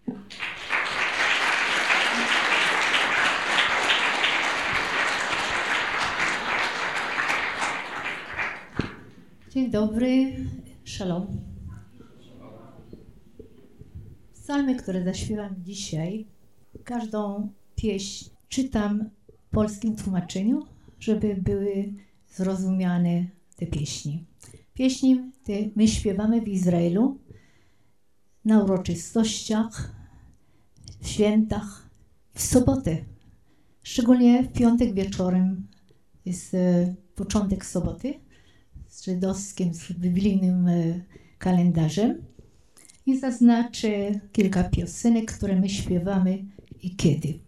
Dzień dobry, shalom. Psalmy, które zaśpiewam dzisiaj, każdą pieśń czytam w polskim tłumaczeniu, żeby były zrozumiane te pieśni. Pieśni te my śpiewamy w Izraelu na uroczystościach, w świętach, w sobotę. Szczególnie w piątek wieczorem jest początek soboty z żydowskim, z biblijnym kalendarzem i zaznaczę kilka piosenek, które my śpiewamy i kiedy.